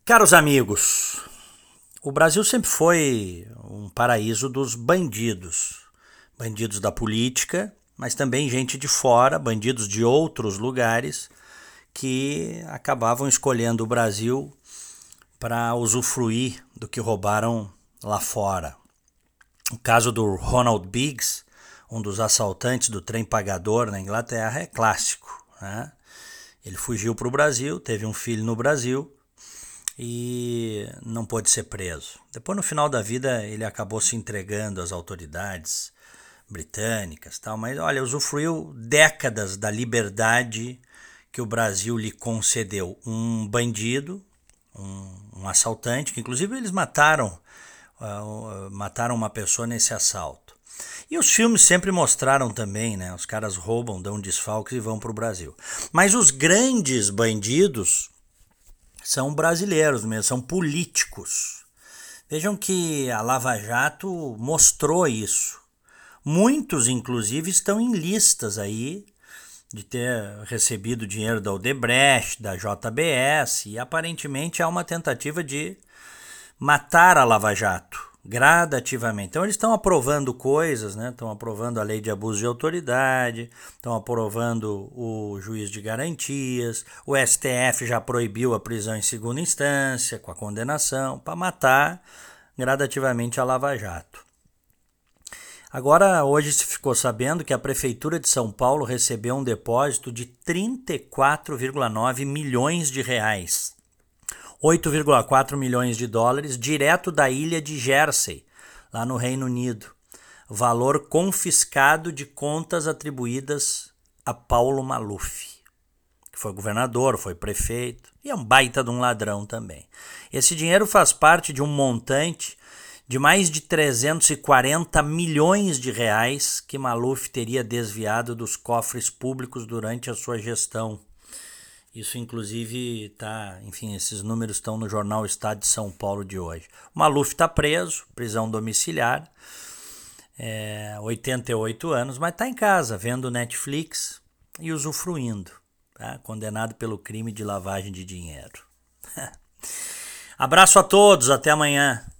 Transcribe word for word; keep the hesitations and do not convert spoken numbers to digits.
Caros amigos, o Brasil sempre foi um paraíso dos bandidos. Bandidos da política, mas também gente de fora, bandidos de outros lugares, que acabavam escolhendo o Brasil para usufruir do que roubaram lá fora. O caso do Ronald Biggs, um dos assaltantes do trem pagador na Inglaterra, é clássico, né? Ele fugiu para o Brasil, teve um filho no Brasil e não pôde ser preso. Depois, no final da vida, ele acabou se entregando às autoridades britânicas, tal, mas olha, usufruiu décadas da liberdade que o Brasil lhe concedeu. Um bandido, um, um assaltante, que inclusive eles mataram, uh, mataram uma pessoa nesse assalto. E os filmes sempre mostraram também, né? Os caras roubam, dão desfalques e vão para o Brasil. Mas os grandes bandidos são brasileiros mesmo, são políticos. Vejam que a Lava Jato mostrou isso. Muitos, inclusive, estão em listas aí de ter recebido dinheiro da Odebrecht, da J B S, e aparentemente há uma tentativa de matar a Lava Jato gradativamente. Então eles estão aprovando coisas, né? Estão aprovando a lei de abuso de autoridade, estão aprovando o juiz de garantias, o S T F já proibiu a prisão em segunda instância com a condenação para matar gradativamente a Lava Jato. Agora, hoje se ficou sabendo que a Prefeitura de São Paulo recebeu um depósito de trinta e quatro vírgula nove milhões de reais, oito vírgula quatro milhões de dólares, direto da ilha de Jersey, lá no Reino Unido. Valor confiscado de contas atribuídas a Paulo Maluf, que foi governador, foi prefeito e é um baita de um ladrão também. Esse dinheiro faz parte de um montante de mais de trezentos e quarenta milhões de reais que Maluf teria desviado dos cofres públicos durante a sua gestão. Isso, inclusive, tá, enfim, esses números estão no jornal Estado de São Paulo de hoje. O Maluf está preso, prisão domiciliar, é, oitenta e oito anos, mas está em casa, vendo Netflix e usufruindo, tá? Condenado pelo crime de lavagem de dinheiro. Abraço a todos, até amanhã.